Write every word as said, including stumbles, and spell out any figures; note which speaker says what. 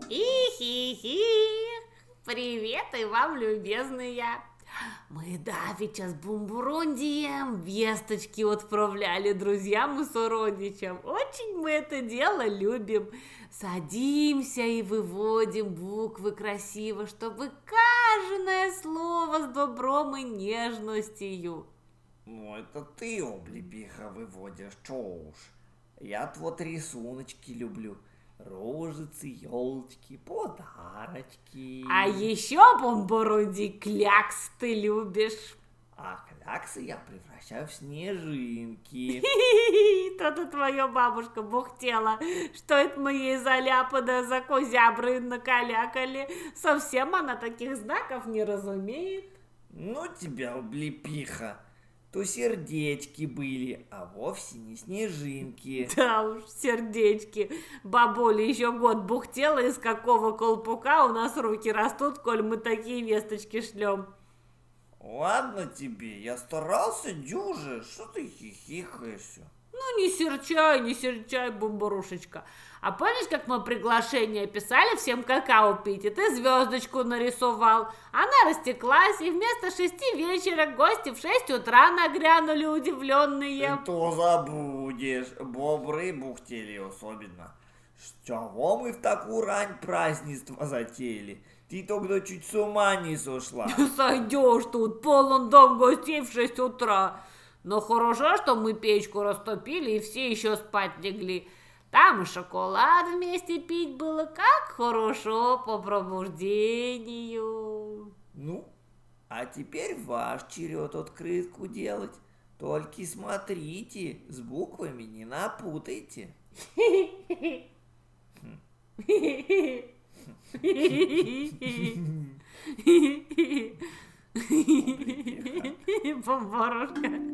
Speaker 1: И-хи-хи! Привет и вам, любезные! Мы давеча с Бумбурундием весточки отправляли друзьям и сородичам. Очень мы это дело любим. Садимся и выводим буквы красиво, чтобы каждое слово с добром и нежностью.
Speaker 2: Ну, это ты, облепиха, выводишь, чё уж. Я-то вот рисуночки люблю. Рожицы, елочки, подарочки.
Speaker 1: А еще, Бумбурунди, клякс ты любишь.
Speaker 2: А кляксы я превращаю в снежинки.
Speaker 1: То-то твоя бабушка бухтела, что это мы ей заляпано за козябры накалякали. Совсем она таких знаков не разумеет.
Speaker 2: Ну тебя, облепиха. То сердечки были, а вовсе не снежинки.
Speaker 1: Да уж, сердечки. Бабуля еще год бухтела, из какого колпака у нас руки растут, коль мы такие весточки шлем.
Speaker 2: Ладно тебе, я старался дюже, что ты хихикаешься?
Speaker 1: Ну, не серчай, не серчай, Бумбурушечка. А помнишь, как мы приглашение писали всем какао пить, и ты звездочку нарисовал? Она растеклась, и вместо шести вечера гости в шесть утра нагрянули удивленные.
Speaker 2: То забудешь, бобры бухтели особенно. С чего мы в такую рань празднества затеяли? Ты тогда чуть с ума не сошла.
Speaker 1: Сойдешь тут, полон дом гостей в шесть утра. Но хорошо, что мы печку растопили и все еще спать легли. Там и шоколад вместе пить было, как хорошо по пробуждению.
Speaker 2: Ну, а теперь ваш черед открытку делать. Только смотрите, с буквами не напутайте.
Speaker 1: Бомборошка.